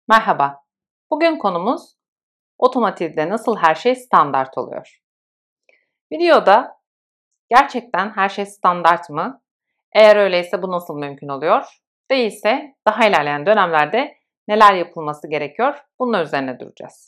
Merhaba. Bugün konumuz otomotivde nasıl her şey standart oluyor? Videoda gerçekten her şey standart mı? Eğer öyleyse bu nasıl mümkün oluyor? Değilse daha ilerleyen dönemlerde neler yapılması gerekiyor? Bunun üzerine duracağız.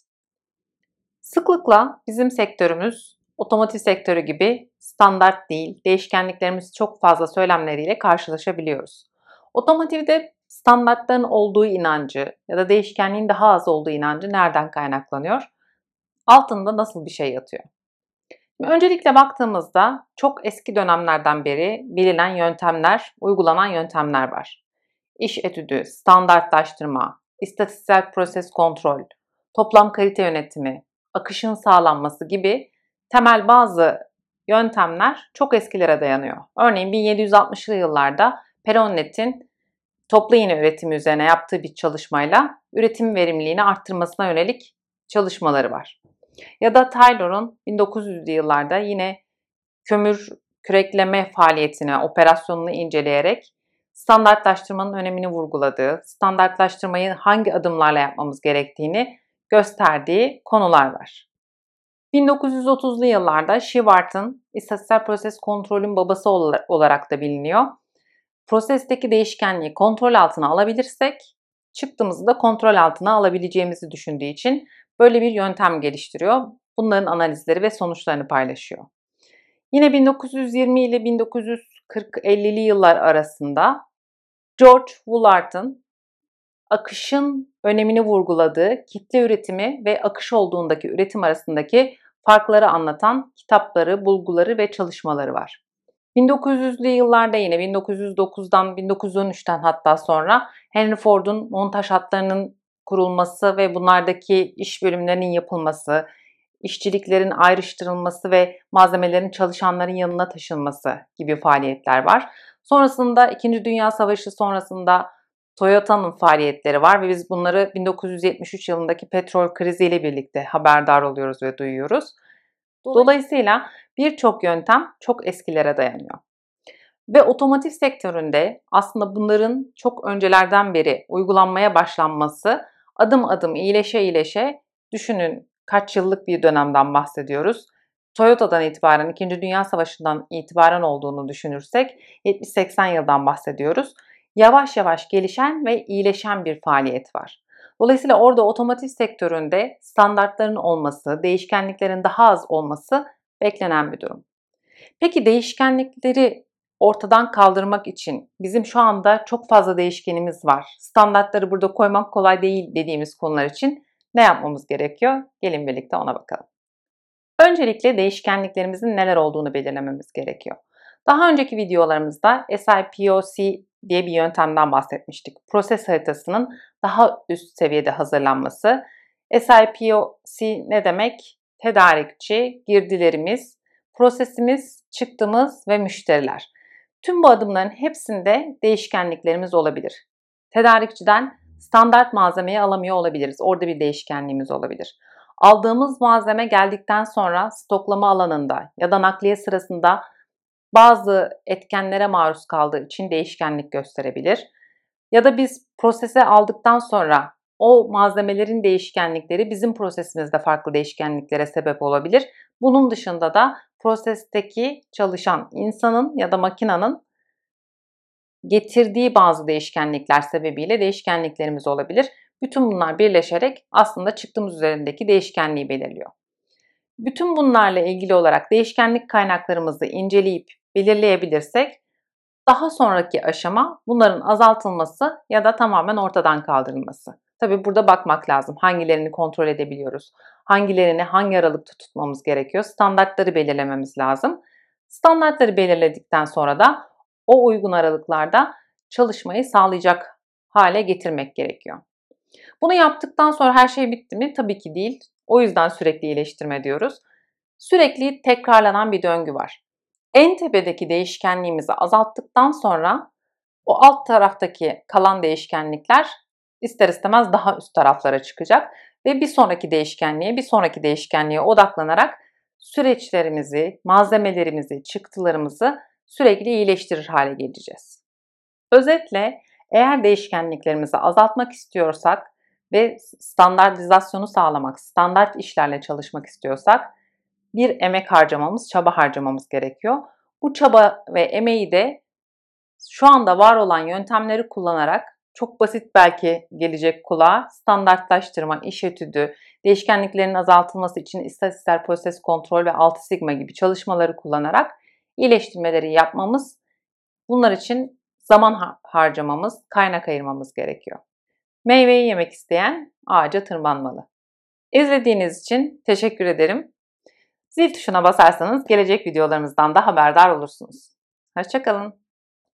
Sıklıkla bizim sektörümüz otomotiv sektörü gibi standart değil, değişkenliklerimiz çok fazla söylemleriyle karşılaşabiliyoruz. Otomotivde standartların olduğu inancı ya da değişkenliğin daha az olduğu inancı nereden kaynaklanıyor? Altında nasıl bir şey yatıyor? Öncelikle baktığımızda çok eski dönemlerden beri bilinen yöntemler, uygulanan yöntemler var. İş etüdü, standartlaştırma, istatistiksel proses kontrol, toplam kalite yönetimi, akışın sağlanması gibi temel bazı yöntemler çok eskilere dayanıyor. Örneğin 1760'lı yıllarda Peronnet'in toplu iğne üretimi üzerine yaptığı bir çalışmayla üretim verimliliğini arttırmasına yönelik çalışmaları var. Ya da Taylor'un 1900'lü yıllarda yine kömür kürekleme faaliyetini, operasyonunu inceleyerek standartlaştırmanın önemini vurguladığı, standartlaştırmayı hangi adımlarla yapmamız gerektiğini gösterdiği konular var. 1930'lu yıllarda Shewart'ın istatistiksel proses kontrolün babası olarak da biliniyor. Prosesteki değişkenliği kontrol altına alabilirsek, çıktığımızı da kontrol altına alabileceğimizi düşündüğü için böyle bir yöntem geliştiriyor. Bunların analizleri ve sonuçlarını paylaşıyor. Yine 1920 ile 1940-50'li yıllar arasında George Woolart'ın akışın önemini vurguladığı kitle üretimi ve akış olduğundaki üretim arasındaki farkları anlatan kitapları, bulguları ve çalışmaları var. 1900'lü yıllarda yine 1909'dan 1913'ten hatta sonra Henry Ford'un montaj hatlarının kurulması ve bunlardaki iş bölümlerinin yapılması, işçiliklerin ayrıştırılması ve malzemelerin çalışanların yanına taşınması gibi faaliyetler var. Sonrasında 2. Dünya Savaşı sonrasında Toyota'nın faaliyetleri var ve biz bunları 1973 yılındaki petrol kriziyle birlikte haberdar oluyoruz ve duyuyoruz. Dolayısıyla birçok yöntem çok eskilere dayanıyor. Ve otomotiv sektöründe aslında bunların çok öncelerden beri uygulanmaya başlanması adım adım iyileşe düşünün kaç yıllık bir dönemden bahsediyoruz. Toyota'dan itibaren 2. Dünya Savaşı'ndan itibaren olduğunu düşünürsek 70-80 yıldan bahsediyoruz. Yavaş yavaş gelişen ve iyileşen bir faaliyet var. Dolayısıyla orada otomotiv sektöründe standartların olması, değişkenliklerin daha az olması beklenen bir durum. Peki değişkenlikleri ortadan kaldırmak için bizim şu anda çok fazla değişkenimiz var. Standartları burada koymak kolay değil dediğimiz konular için ne yapmamız gerekiyor? Gelin birlikte ona bakalım. Öncelikle değişkenliklerimizin neler olduğunu belirlememiz gerekiyor. Daha önceki videolarımızda SIPOC diye bir yöntemden bahsetmiştik. Proses haritasının daha üst seviyede hazırlanması. SIPOC ne demek? Tedarikçi, girdilerimiz, prosesimiz, çıktımız ve müşteriler. Tüm bu adımların hepsinde değişkenliklerimiz olabilir. Tedarikçiden standart malzemeyi alamıyor olabiliriz. Orada bir değişkenliğimiz olabilir. Aldığımız malzeme geldikten sonra stoklama alanında ya da nakliye sırasında bazı etkenlere maruz kaldığı için değişkenlik gösterebilir. Ya da biz prosese aldıktan sonra o malzemelerin değişkenlikleri bizim prosesimizde farklı değişkenliklere sebep olabilir. Bunun dışında da prosesteki çalışan insanın ya da makinenin getirdiği bazı değişkenlikler sebebiyle değişkenliklerimiz olabilir. Bütün bunlar birleşerek aslında çıktığımız üzerindeki değişkenliği belirliyor. Bütün bunlarla ilgili olarak değişkenlik kaynaklarımızı inceleyip belirleyebilirsek daha sonraki aşama bunların azaltılması ya da tamamen ortadan kaldırılması. Tabii burada bakmak lazım. Hangilerini kontrol edebiliyoruz? Hangilerini hangi aralıkta tutmamız gerekiyor? Standartları belirlememiz lazım. Standartları belirledikten sonra da o uygun aralıklarda çalışmayı sağlayacak hale getirmek gerekiyor. Bunu yaptıktan sonra her şey bitti mi? Tabii ki değil. O yüzden sürekli iyileştirme diyoruz. Sürekli tekrarlanan bir döngü var. En tepedeki değişkenliğimizi azalttıktan sonra o alt taraftaki kalan değişkenlikler ister istemez daha üst taraflara çıkacak ve bir sonraki değişkenliğe odaklanarak süreçlerimizi, malzemelerimizi, çıktılarımızı sürekli iyileştirir hale geleceğiz. Özetle eğer değişkenliklerimizi azaltmak istiyorsak ve standartizasyonu sağlamak, standart işlerle çalışmak istiyorsak bir emek harcamamız, çaba harcamamız gerekiyor. Bu çaba ve emeği de şu anda var olan yöntemleri kullanarak çok basit belki gelecek kulağa standartlaştırma, iş etüdü, değişkenliklerin azaltılması için istatistik, proses kontrol ve 6 sigma gibi çalışmaları kullanarak iyileştirmeleri yapmamız, bunlar için zaman harcamamız, kaynak ayırmamız gerekiyor. Meyveyi yemek isteyen ağaca tırmanmalı. İzlediğiniz için teşekkür ederim. Zil tuşuna basarsanız gelecek videolarımızdan da haberdar olursunuz. Hoşça kalın.